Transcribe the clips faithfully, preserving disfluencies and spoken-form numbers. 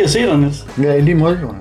at se dig, Niels. Ja, i lige måde, Jonas.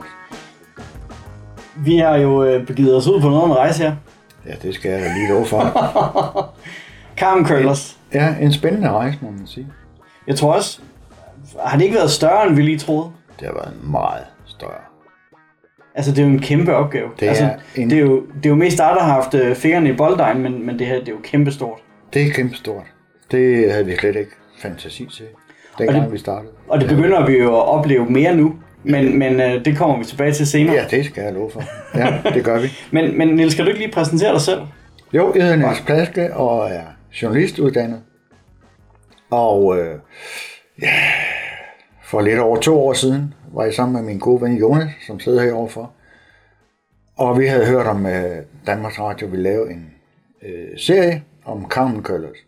Vi har jo øh, begivet os ud på noget med rejse her. Ja, det skal jeg da lige love for. Carmen Curlers. Ja, en spændende rejse, må man sige. Jeg tror også, har det ikke været større, end vi lige troede? Det har været meget større. Altså, det er jo en kæmpe opgave. Det er, altså, en... det er, jo, det er jo mest dig, der har haft øh, fingrene i bolddejen, men, men det her, det er jo kæmpestort. Det er kæmpestort. Det havde vi slet ikke fantasi til, dengang det, vi startede. Og det begynder vi jo at opleve mere nu, men, men øh, det kommer vi tilbage til senere. Ja, det skal jeg love for. Ja, det gør vi. men, men Niels, skal du ikke lige præsentere dig selv? Jo, jeg hedder Niels Plaske og er journalistuddannet. Og øh, ja, for lidt over to år siden var jeg sammen med min gode ven Jonas, som sidder herovre for. Og vi havde hørt om øh, Danmarks Radio ville lave en øh, serie om Carmen Curlers.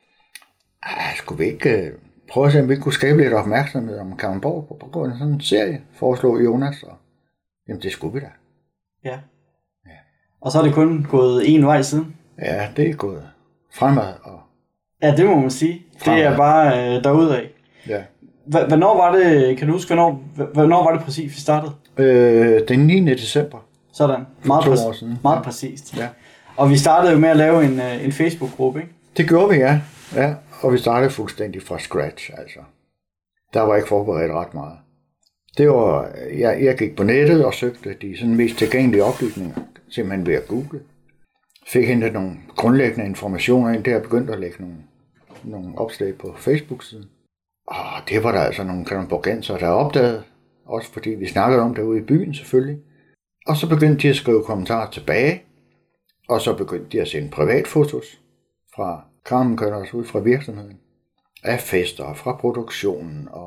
Ah, skulle vi ikke øh, prøve at se, om vi kunne skabe lidt opmærksomhed om Kalundborg på grund af sådan en serie, foreslog Jonas. Og, jamen, det skulle vi da. Ja. ja. Og så er det kun gået en vej siden? Ja, det er gået fremad. Og ja, det må man sige. Fremad. Det er bare øh, derudad. Ja. H- hvornår var det, kan du huske, hvornår, hvornår var det præcis, vi startede? Øh, den niende december. Sådan. Meget, præ- meget ja. præcist. Ja. Og vi startede jo med at lave en, en Facebook-gruppe, ikke? Det gjorde vi, ja. ja. Og vi startede fuldstændig fra scratch, altså. Der var ikke forberedt ret meget. Det var, jeg, jeg gik på nettet og søgte de sådan mest tilgængelige oplysninger, simpelthen ved at google. Fik hentet nogle grundlæggende informationer ind, der begyndte at lægge nogle, nogle opslag på Facebook-siden. Og det var der altså nogle kalundborgenser, der opdagede, også fordi vi snakkede om det ude i byen selvfølgelig. Og så begyndte de at skrive kommentarer tilbage, og så begyndte de at sende privatfotos fra Carmen Curlers ud fra virksomheden, af fester, fra produktionen og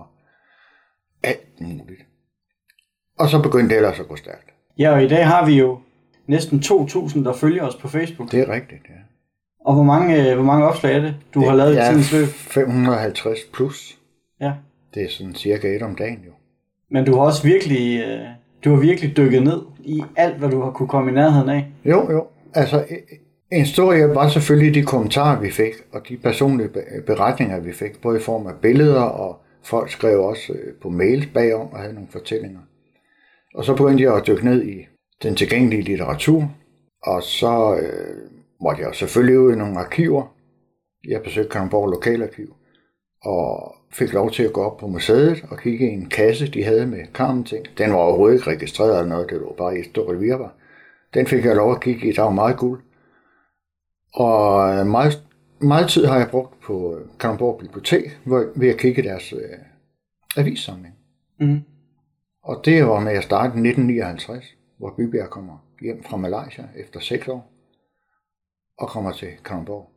alt muligt. Og så begyndte det ellers at gå stærkt. Ja, og i dag har vi jo næsten to tusind, der følger os på Facebook. Det er rigtigt, ja. Og hvor mange, hvor mange opslag er det, du det har lavet i tidens løb? fem hundrede og halvtreds plus. Ja. Det er sådan cirka et om dagen jo. Men du har også virkelig, du har virkelig dykket ned i alt, hvad du har kunne komme i nærheden af. Jo, jo. Altså, en stor hjælp var selvfølgelig de kommentarer, vi fik, og de personlige beretninger, vi fik, både i form af billeder, og folk skrev også på mails bagom og havde nogle fortællinger. Og så begyndte jeg at dykke ned i den tilgængelige litteratur, og så øh, måtte jeg selvfølgelig ud i nogle arkiver. Jeg besøgte Kalundborg Lokalarkiv, og fik lov til at gå op på museet og kigge i en kasse, de havde med Carmen-ting. Den var overhovedet ikke registreret eller noget, det var bare et stort virvar. Den fik jeg lov at kigge i, der var meget guld. Og meget, meget tid har jeg brugt på Kalundborg Bibliotek, ved at kigge deres øh, avissamling. Mm. Og det var med at starte i nitten nioghalvtreds, hvor Bybjerg kommer hjem fra Malaysia efter seks år, og kommer til Kalundborg.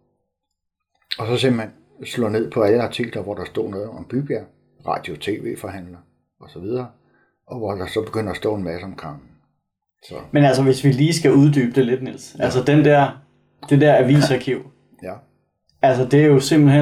Og så simpelthen slå ned på alle artikler, hvor der stod noget om Bybjerg, radio- og tv-forhandler osv., og hvor der så begynder at stå en masse om Carmen. Så. Men altså, hvis vi lige skal uddybe det lidt, Niels. Ja. Altså, den der, det der avisarkiv. Ja. Altså, det er jo simpelthen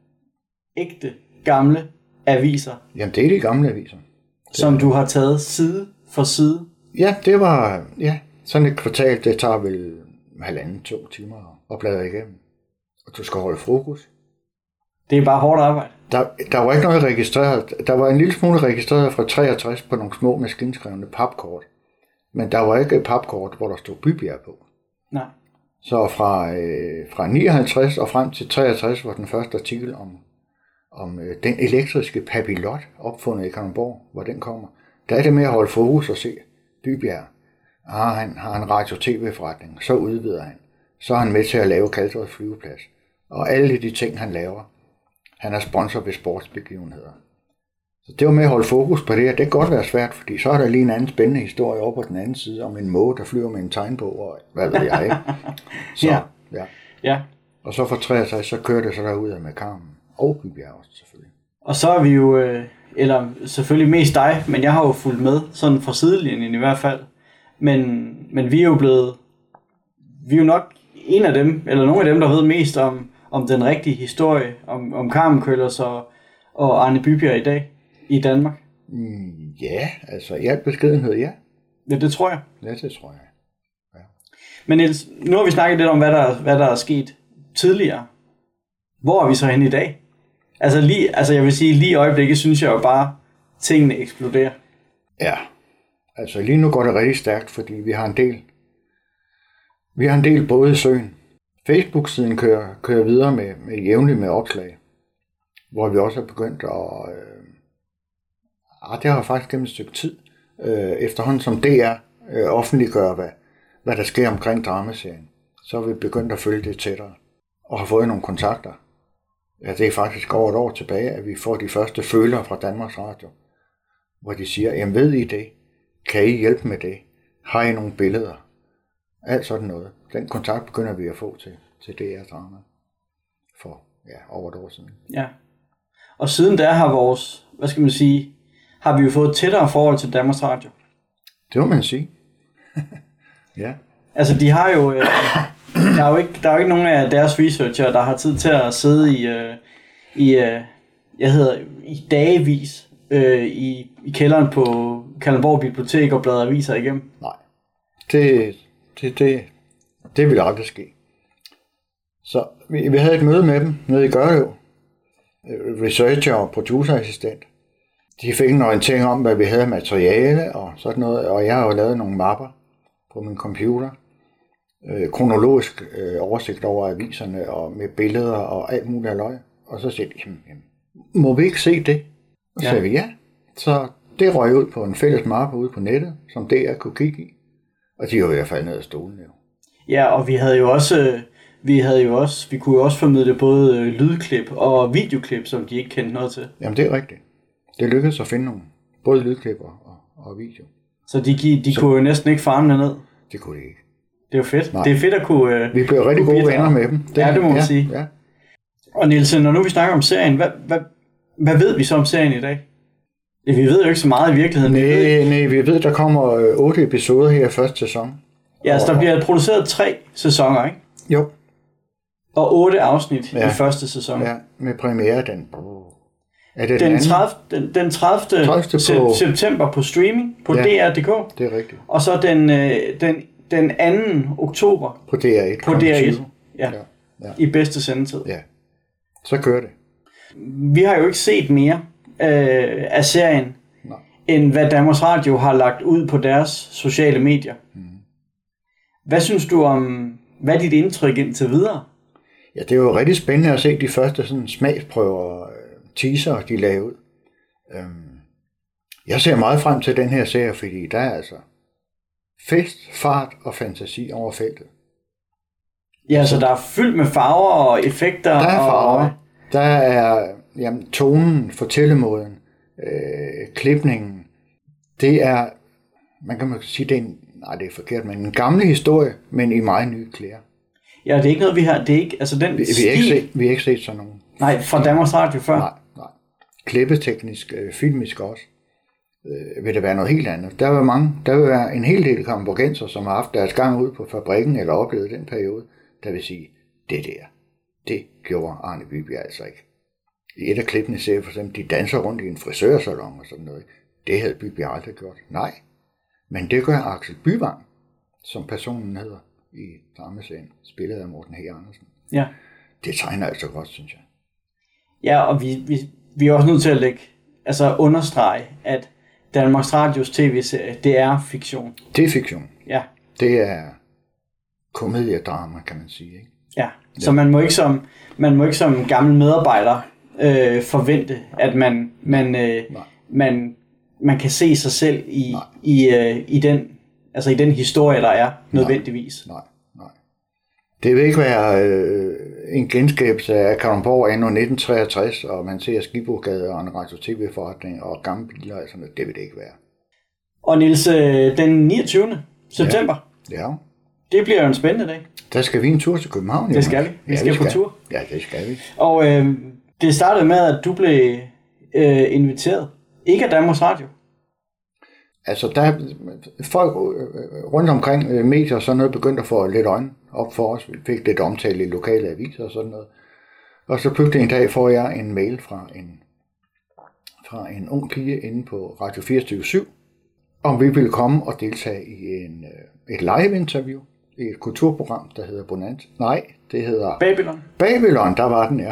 ægte, gamle aviser. Jamen, det er de gamle aviser. Det som du har taget side for side. Ja, det var, ja, sådan et kvartal, det tager vel halvanden, to timer at bladre igennem. Og du skal holde fokus. Det er bare hårdt arbejde. Der, der var ikke noget registreret. Der var en lille smule registreret fra treogtres på nogle små maskinskrevne papkort. Men der var ikke et papkort, hvor der stod Bybjerg på. Nej. Så fra, øh, fra nioghalvtreds og frem til treogtres var den første artikel om, om øh, den elektriske papillot opfundet i Kalundborg, hvor den kommer. Der er det med at holde fokus og se Bybjerg. Ah, han har en radio-tv-forretning, så udvider han. Så er han med til at lave Kaldred flyveplads. Og alle de ting, han laver. Han er sponsor ved sportsbegivenheder. Så det var med at holde fokus på det, og det kan godt være svært, fordi så er der lige en anden spændende historie over på den anden side, om en måge, der flyver med en tegnbog, og hvad ved jeg, ikke? Så, ja. ja. ja. Og så for treogtres, så kører det så derud med Carmen, og Bybjerg også, selvfølgelig. Og så er vi jo, eller selvfølgelig mest dig, men jeg har jo fulgt med, sådan fra sidelinjen i hvert fald. Men, men vi er jo blevet, vi er jo nok en af dem, eller nogle af dem, der ved mest om, om den rigtige historie, om, om Carmen Curlers og, og Arne Bybjerg i dag i Danmark. Mm, ja, altså i al beskedenhed, ja. Ja, det tror jeg. Ja, det tror jeg. Ja. Men Niels, nu har vi snakket lidt om, hvad der, hvad der er sket tidligere. Hvor er vi så henne i dag? Altså, lige, altså jeg vil sige, lige i øjeblikket synes jeg jo bare, tingene eksploderer. Ja, altså lige nu går det rigtig stærkt, fordi vi har en del, vi har en del både i søen. Facebook-siden kører, kører videre med, med jævnligt med opslag, hvor vi også er begyndt at, øh, ah, det har faktisk gennem et stykke tid, øh, efterhånden som D R øh, offentliggør, hvad, hvad der sker omkring dramaserien, så er vi begyndt at følge det tættere, og har fået nogle kontakter. Ja, det er faktisk over et år tilbage, at vi får de første følere fra Danmarks Radio, hvor de siger, jamen ved I det? Kan I hjælpe med det? Har I nogle billeder? Alt sådan noget. Den kontakt begynder vi at få til, til D R-drama for ja, over et år siden. Ja. Og siden der har vores, hvad skal man sige, har vi jo fået et tættere forhold til Danmarks Radio. Det må man sige. Ja. Altså de har jo, øh, der, er jo ikke, der er jo ikke nogen af deres researcher, der har tid til at sidde i, øh, i øh, jeg hedder, i dagevis øh, i, i kælderen på Kalundborg Bibliotek og bladre aviser igennem. Nej, det, det, det, det ville aldrig ske. Så vi, vi havde et møde med dem nede i Gørlev, researcher og producerassistent. De fik en orientering om, hvad vi havde af materiale og sådan noget, og jeg har jo lavet nogle mapper på min computer, øh, kronologisk øh, oversigt over aviserne og med billeder og alt muligt af løg. Og så sagde de, jamen, jamen, må vi ikke se det? Og så ja. sagde vi ja. Så det røg ud på en fælles mappe ude på nettet, som D R kunne kigge i. Og de var i hvert fald ned ad stolen jo. Ja, og vi havde jo også, vi havde jo også, vi kunne jo også formidle både lydklip og videoklip, som de ikke kendte noget til. Jamen det er rigtigt. Det lykkedes at finde nogle, både lydklip og, og video. Så de, de så, kunne jo næsten ikke farme ned. Det kunne de ikke. Det er jo fedt. Nej. Det er fedt at kunne... Vi blev rigtig gode venner med dem. Det, ja, det må man ja, sige. Ja. Og Niels, når nu vi snakker om serien, hvad, hvad, hvad ved vi så om serien i dag? Vi ved jo ikke så meget i virkeligheden. Nej, vi nej, vi ved, der kommer otte episoder her i første sæson. Ja, altså der bliver produceret tre sæsoner, ikke? Jo. Og otte afsnit ja. i første sæson. Ja, med premiere den... Er det den, den tredivte Den, den tredivte tredivte på... september på streaming på ja, D R punktum d k. Det er rigtigt. Og så den, den, den anden oktober på D R et. På D R et, ja. Ja, ja. I bedste sendetid. Ja, så kører det. Vi har jo ikke set mere øh, af serien, nej, end hvad Danmarks Radio har lagt ud på deres sociale medier. Mm. Hvad synes du om, hvad er dit indtryk indtil videre? Ja, det er jo rigtig spændende at se de første sådan smagsprøver, teaser, de lagde ud. Øhm, jeg ser meget frem til den her serie, fordi der er altså fest, fart og fantasi over feltet. Ja, så der er fyldt med farver og effekter. Der er farver. Og... Der er jamen, tonen, fortællemåden, øh, klipningen. Det er, man kan sige, det er en, nej, det er forkert, men en gammel historie, men i meget nye klæder. Ja, det er ikke noget, vi har, det er ikke, altså den vi, vi, har ikke set, vi har ikke set sådan nogen. Nej, fra Danmarks Radio før. Nej, nej. Klippeteknisk, øh, filmisk også, øh, vil det være noget helt andet. Der vil, mange, der vil være en hel del kamborgenser, som har haft deres gang ud på fabrikken, eller oplevet den periode, der vil sige, det der, det gjorde Arne Viby altså ikke. I et af klippene ser for eksempel, de danser rundt i en frisørsalon og sådan noget. Det havde Viby aldrig gjort. Nej, men det gør Axel Byvang, som personen hedder i dramaserien, spillet af Morten H. Andersen. Ja. Det tegner altså godt, synes jeg. Ja, og vi, vi, vi er også nødt til at lægge, altså understrege, at Danmarks Radios tv-serie, det er fiktion. Det er fiktion. Ja. Det er komediedrama, kan man sige, ikke? Ja, så ja. man må ikke som, man må ikke som gammel medarbejder øh, forvente, at man, man, øh, man, man kan se sig selv i, i, øh, i, den, altså i den historie, der er, nødvendigvis. Nej, nej. nej. Det vil ikke være øh, en genskabelse af Kalundborg anno nitten treogtres, og man ser Skibogade og en radio-tv-forretning og gamle biler og sådan noget. Det vil det ikke være. Og Niels, øh, den niogtyvende september, ja. ja. det bliver jo en spændende dag. Der skal vi en tur til København. Det skal vi. Vi ja, skal, skal på tur. Ja, det skal vi. Og øh, det startede med, at du blev øh, inviteret. Ikke af Danmarks Radio. Altså, der folk rundt omkring medier og sådan noget begyndte at få lidt øjne op for os. Vi fik lidt omtale i lokale aviser og sådan noget. Og så pludselig en dag får jeg en mail fra en, fra en ung pige inde på Radio fireogtyve syv, om vi ville komme og deltage i en, et live-interview i et kulturprogram, der hedder Bonanza. Nej, det hedder... Babylon. Babylon, der var den, ja.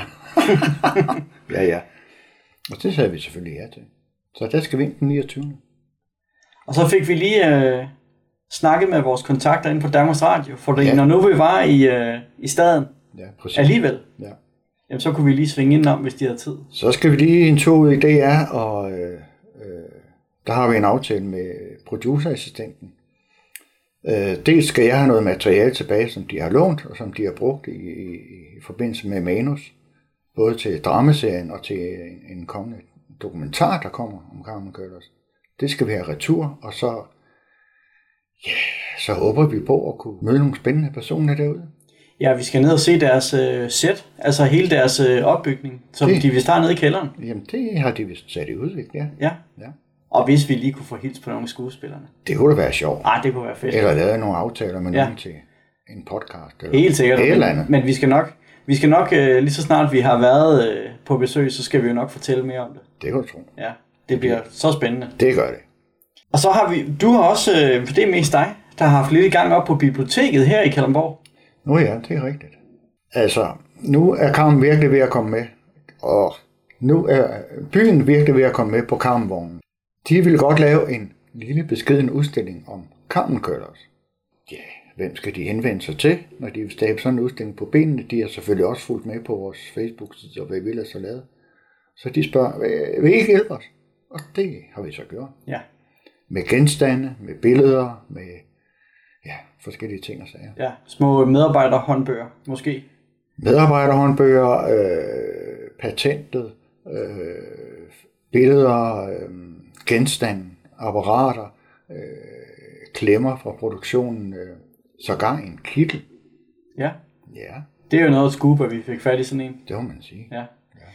ja, ja. Og det sagde vi selvfølgelig ja til. Så der skal vi ind den niogtyvende Og så fik vi lige øh, snakket med vores kontakter inde på Danmarks Radio, for Ja. når nu vi var i, øh, i staden Ja, præcis. alligevel, Ja. jamen, så kunne vi lige svinge ind om, hvis de havde tid. Så skal vi lige en tur ud i D R, og øh, øh, der har vi en aftale med producerassistenten. Øh, dels skal jeg have noget materiale tilbage, som de har lånt, og som de har brugt i, i, i forbindelse med manus, både til dramaserien og til en, en kommende dokumentar, der kommer om Carmen Curtis. Det skal vi have retur, og så, ja, så håber vi på at kunne møde nogle spændende personer derude. Ja, vi skal ned og se deres øh, set, altså hele deres øh, opbygning, som Det- de vil starte nede i kælderen. Jamen, det har de vist sat i udvikling, ja. Ja. ja. Og hvis vi lige kunne få hils på nogle af skuespillerne. Det kunne da være sjovt. Ah, det kunne være fedt. Eller lave nogle aftaler med Ja. nogen til en podcast. Eller Helt sikkert. et eller Men, andet. men vi skal nok, vi skal nok øh, lige så snart vi har været øh, på besøg, så skal vi jo nok fortælle mere om det. Det kan du tro. Ja, det bliver så spændende. Det gør det. Og så har vi, du har også, øh, for det er mest dig, der har haft lidt i gang op på biblioteket her i Kalundborg. Nu ja, det er rigtigt. Altså, nu er Carmen virkelig ved at komme med. Og nu er byen virkelig ved at komme med på Carmenvognen. De vil godt lave en lille beskeden udstilling om Carmen Curtis. Ja, hvem skal de henvende sig til, når de vil stable sådan en udstilling på benene? De har selvfølgelig også fulgt med på vores Facebook-side, og hvad vi ellers har lavet. Så de spørger, vil I ikke hjælpe os? Og det har vi så gjort. Ja, Med genstande, med billeder, med ja, forskellige ting og sager. ja. Små medarbejderhåndbøger, måske. Medarbejderhåndbøger, øh, patentet, øh, billeder, øh, genstande, apparater, øh, klemmer fra produktionen, øh, sågar en kittel. Ja, Ja, det er jo noget scoop, at vi fik fat i sådan en. det må man sige. Ja.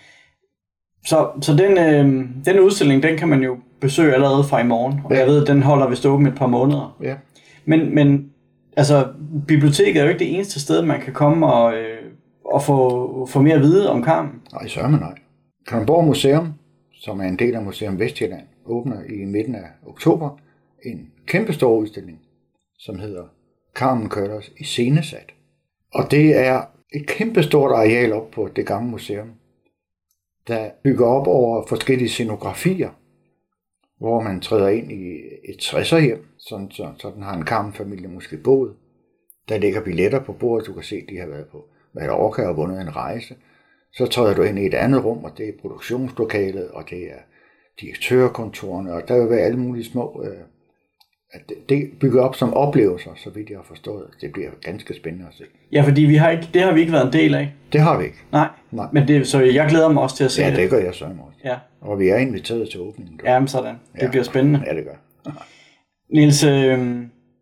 Så, så den, øh, den udstilling, den kan man jo besøge allerede fra i morgen. Og Ja. jeg ved, at den holder vist åben et par måneder. Ja, Men, men altså, biblioteket er jo ikke det eneste sted, man kan komme og, øh, og få, få mere at vide om Carmen. nej, sørme nej. Kalundborg Museum, som er en del af Museum Vestjylland, åbner i midten af oktober en kæmpestor udstilling, som hedder Carmen Curtis iscenesat. Og det er et kæmpestort areal op på det gamle museum, der bygger op over forskellige scenografier, hvor man træder ind i et tresserhjem, sådan, så, så den har en Carmen-familie måske boet. Der ligger billetter på bordet, du kan se, de har været på Mallorca og vundet en rejse. Så træder du ind i et andet rum, og det er produktionslokalet, og det er direktørkontorerne, og der vil være alle mulige små... Øh, at det, det bygger op som oplevelser, så vidt jeg har forstået. Det bliver ganske spændende at se. Ja, fordi vi har ikke, det har vi ikke været en del af. Det har vi ikke. Nej, Nej. men det, så jeg glæder mig også til at se Ja, det. det gør jeg så i morgen. Ja, Og vi er inviteret til åbningen. ja men sådan. Det Ja. bliver spændende. Ja, det gør. Niels, øh,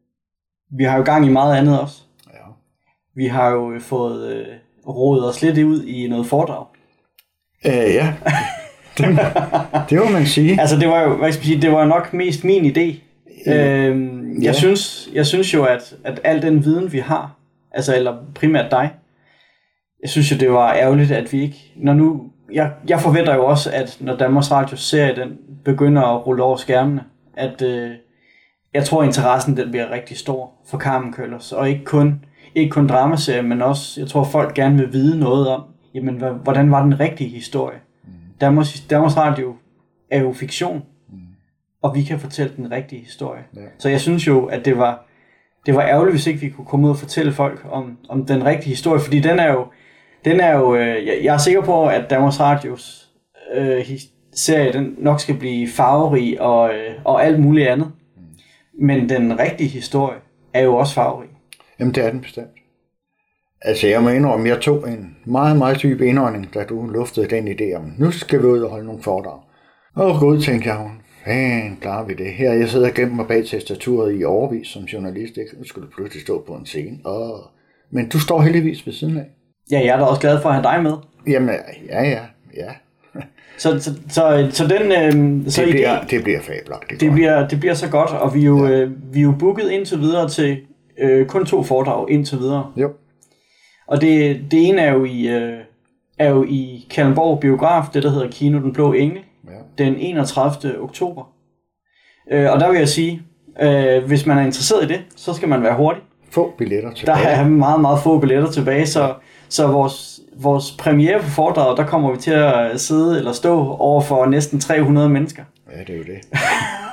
vi har jo gang i meget andet også. Ja. Vi har jo fået øh, rodet os lidt ud i noget foredrag. Øh, ja. det, det må man sige. Altså det var jo, hvad skal jeg sige, det var jo nok mest min idé. Øhm, jeg, Ja. synes, jeg synes jo, at, at al den viden, vi har, altså eller primært dig, jeg synes jo, det var ærgerligt, at vi ikke, når nu, jeg, jeg forventer jo også, at når Danmarks Radio serie, den begynder at rulle over skærmene, at øh, jeg tror, interessen den bliver rigtig stor for Carmen Curtis, og ikke kun, ikke kun dramaserie, men også, jeg tror, folk gerne vil vide noget om, jamen, hvordan var den rigtige historie. Mm. Danmarks, Danmarks Radio er jo fiktion, og vi kan fortælle den rigtige historie. Ja. Så jeg synes jo, at det var, det var ærgerligt, hvis ikke vi kunne komme ud og fortælle folk om, om den rigtige historie, fordi den er jo, den er jo øh, jeg, jeg er sikker på, at Danmarks Radios øh, serie, den nok skal blive farverig og, øh, og alt muligt andet. Men den rigtige historie er jo også farverig. Jamen, det er den bestemt. Altså, jeg må indrømme, jeg tog en meget, meget dyb indånding, da du luftede den idé om, nu skal vi ud og holde nogle foredrag. Og gud, tænkte jeg, fanden klarer vi det her? Jeg sidder og gemmer mig bag tastaturet i overvis som journalist, ikke? Nu skulle du pludselig stå på en scene. Og... Men du står heldigvis ved siden af. Ja, jeg er da også glad for at have dig med. Jamen, ja, ja, ja. Så, så, så, så den... Øh, så det, bliver, idé, det bliver fabelagtigt. det, bliver, det bliver så godt, og vi er jo, Ja. øh, vi er jo booket indtil videre til øh, kun to foredrag indtil videre. Jo. Og det, det ene er jo i, øh, er jo i Kalundborg Biograf, det der hedder Kino Den Blå Engel, Ja. den enogtredivte oktober. Øh, og der vil jeg sige, øh, hvis man er interesseret i det, så skal man være hurtig. Få billetter Der tilbage. er meget, meget få billetter tilbage, så, så vores, vores premiere på foredraget, der kommer vi til at sidde eller stå over for næsten tre hundrede mennesker. Ja, det er jo det.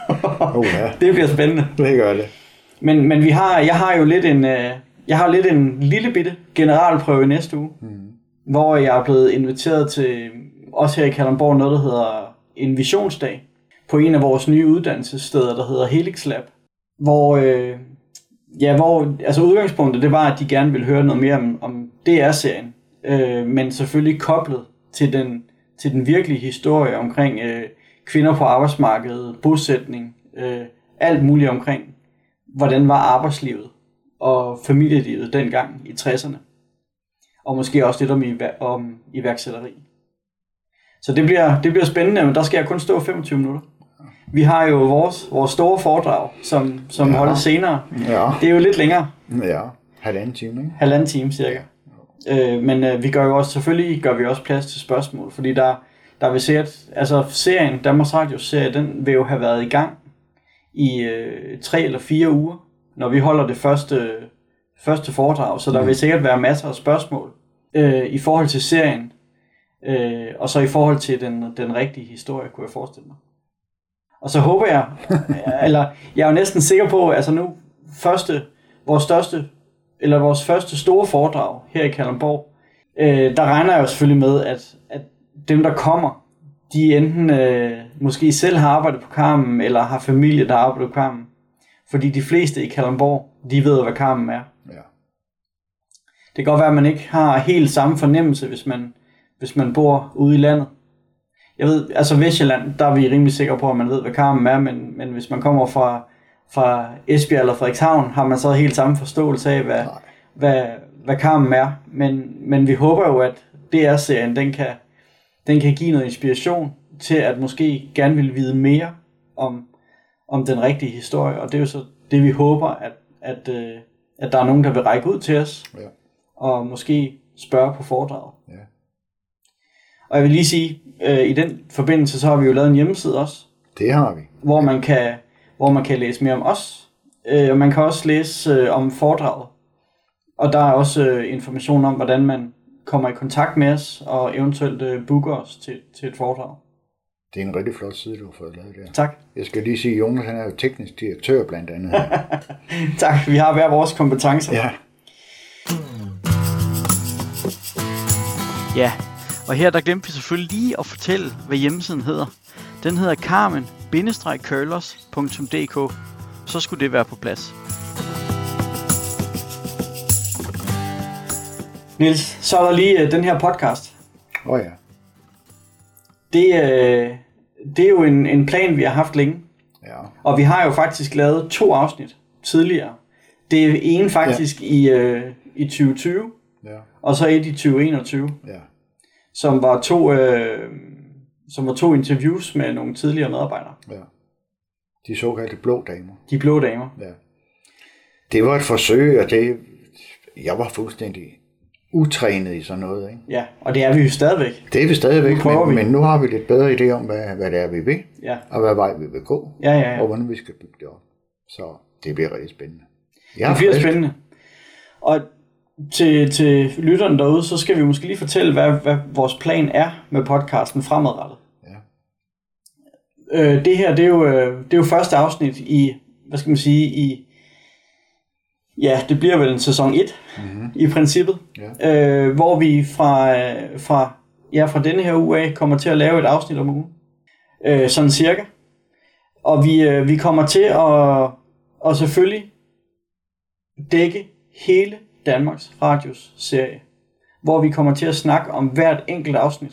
Oh, ja. Det bliver spændende. Det gør det. Men, men vi har, jeg har jo lidt en, jeg har lidt en lille bitte generalprøve i næste uge, mm. hvor jeg er blevet inviteret til, også her i Kalundborg, noget der hedder en visionsdag, på en af vores nye uddannelsessteder, der hedder Helix Lab, hvor, øh, ja, hvor altså udgangspunktet det var, at de gerne ville høre noget mere om, om D R-serien, øh, men selvfølgelig koblet til den, til den virkelige historie omkring øh, kvinder på arbejdsmarkedet, bosætning, øh, alt muligt omkring, hvordan var arbejdslivet og familielivet dengang i tresserne, og måske også lidt om, om iværksætteri. Så det bliver, det bliver spændende, men der skal jeg kun stå femogtyve minutter. Vi har jo vores, vores store foredrag, som, som ja. holdes senere. Ja. Det er jo lidt længere. Ja, halvanden time, ikke? Halvanden time cirka. Ja. Øh, men øh, vi gør jo også, selvfølgelig gør vi også plads til spørgsmål, fordi der, der vil se, at altså, serien, Danmarks Radios serie, den vil jo have været i gang i øh, tre eller fire uger, når vi holder det første, første foredrag. Så der mm. vil sikkert være masser af spørgsmål øh, i forhold til serien, øh, og så i forhold til den, den rigtige historie, kunne jeg forestille mig. Og så håber jeg, eller jeg er jo næsten sikker på, altså nu første, vores største, eller vores første store foredrag her i Kalundborg, øh, der regner jeg jo selvfølgelig med, at, at dem der kommer, de enten øh, måske selv har arbejdet på Carmen, eller har familie, der arbejder på Carmen. Fordi de fleste i Kalundborg, de ved, hvad Carmen er. Ja. Det kan godt være, at man ikke har helt samme fornemmelse, hvis man, hvis man bor ude i landet. Jeg ved, altså Vestjylland, der er vi rimelig sikre på, at man ved, hvad Carmen er, men, men hvis man kommer fra, fra Esbjerg eller Frederikshavn, har man så helt samme forståelse af, hvad, hvad, hvad Carmen er. Men, men vi håber jo, at D R-serien, den kan, den kan give noget inspiration til, at måske gerne vil vide mere om, om den rigtige historie. Og det er jo så det, vi håber, at, at, at der er nogen, der vil række ud til os, ja. Og måske spørge på foredraget. Ja. Og jeg vil lige sige, øh, i den forbindelse, så har vi jo lavet en hjemmeside også. Det har vi. Hvor man kan, hvor man kan læse mere om os. Øh, og man kan også læse øh, om foredraget. Og der er også øh, information om, hvordan man kommer i kontakt med os, og eventuelt øh, booker os til, til et foredrag. Det er en rigtig flot side, du har fået lavet der. Tak. Jeg skal lige sige, at Jonas han er jo teknisk direktør blandt andet. Tak, vi har hver vores kompetencer. Ja. Ja, og her der glemte vi selvfølgelig lige at fortælle, hvad hjemmesiden hedder. Den hedder carmen bindestreg curlers punktum d k. Så skulle det være på plads. Niels, så er der lige uh, den her podcast. Åh oh, ja. Det, uh, det er jo en, en plan, vi har haft længe. Ja. Og vi har jo faktisk lavet to afsnit tidligere. Det er en faktisk ja. i, uh, i tyve tyve, ja. Og så et i tyve enogtyve. Ja. Som var to, øh, som var to interviews med nogle tidligere medarbejdere. Ja. De såkaldte blå damer. De blå damer. Ja. Det var et forsøg, og det, jeg var fuldstændig utrænet i sådan noget. Ikke? Ja, og det er vi jo stadigvæk. Det er vi stadigvæk, nu men, men nu har vi lidt bedre idé om, hvad, hvad det er, vi vil, ja. Og hvad vej vi vil gå, ja, ja, ja. Og hvordan vi skal bygge det op. Så det bliver rigtig spændende. Jeg det bliver frisk. Spændende. Og til, til lytterne derude, så skal vi måske lige fortælle, hvad, hvad vores plan er med podcasten fremadrettet. Ja. Øh, det her, det er, jo, det er jo første afsnit i, hvad skal man sige, i, ja, det bliver vel en sæson et, mm-hmm. i princippet, ja. øh, hvor vi fra, fra, ja, fra denne her uge af kommer til at lave et afsnit om ugen, øh, sådan cirka. Og vi, øh, vi kommer til at, at selvfølgelig dække hele Danmarks Radios serie, hvor vi kommer til at snakke om hvert enkelt afsnit.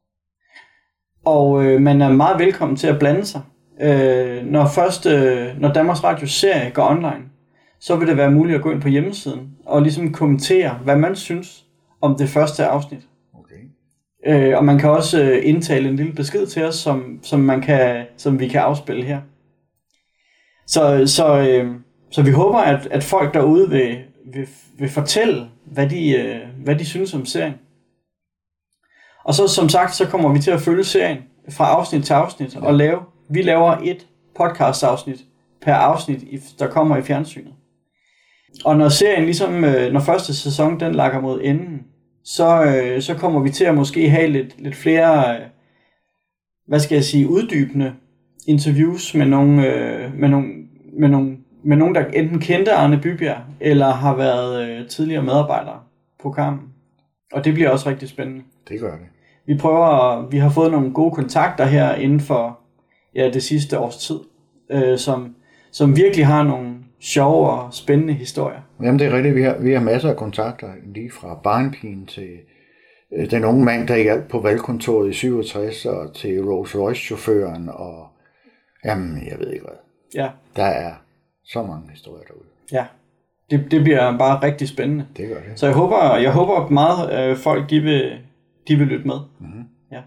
Og øh, man er meget velkommen til at blande sig. Øh, når først øh, når Danmarks Radios serie går online, så vil det være muligt at gå ind på hjemmesiden og ligesom kommentere, hvad man synes om det første afsnit. Okay. Øh, og man kan også øh, indtale en lille besked til os, som, som, man kan, som vi kan afspille her. Så, så, øh, så vi håber, at, at folk derude vil Vil, vil fortælle, hvad de, øh, hvad de synes om serien. Og så som sagt, så kommer vi til at følge serien fra afsnit til afsnit, ja. Og lave, vi laver et podcast afsnit per afsnit, der kommer i fjernsynet. Og når serien ligesom, øh, når første sæson den lakker mod enden, så, øh, så kommer vi til at måske have lidt, lidt flere, øh, hvad skal jeg sige, uddybende interviews med nogle, øh, med nogle, med nogle, med nogen, der enten kendte Arne Bybjerg, eller har været øh, tidligere medarbejdere på Carmen. Og det bliver også rigtig spændende. Det gør det. Vi prøver, vi har fået nogle gode kontakter her inden for ja, det sidste års tid, øh, som, som virkelig har nogle sjove og spændende historier. Jamen det er rigtigt, vi har, vi har masser af kontakter, lige fra barnpigen til øh, den unge mand, der hjalp på valgkontoret i syvogtres, og til Rolls Royce-chaufføren, og jamen, jeg ved ikke hvad. Ja. Der er så mange historier derude. Ja, det, det bliver bare rigtig spændende. Det gør det. Så jeg håber, jeg håber meget, øh, folk de vil, de vil lytte med. Mm-hmm. Ja.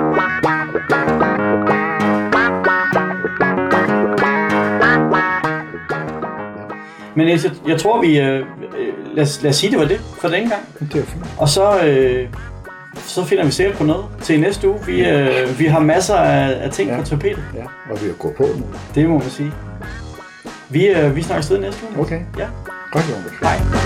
Men jeg, jeg tror, vi... Øh, lad, os, lad os sige, det var det for denne gang. Det er fint. Og så, øh, så finder vi sikkert på noget til næste uge. Vi, øh, vi har masser af, af ting ja. på tapetet. Ja, og vi har gået på nu. Det må man sige. Vi, øh, vi snakkes ved næste uge. Okay. Ja. Godt, Jonas. Hej.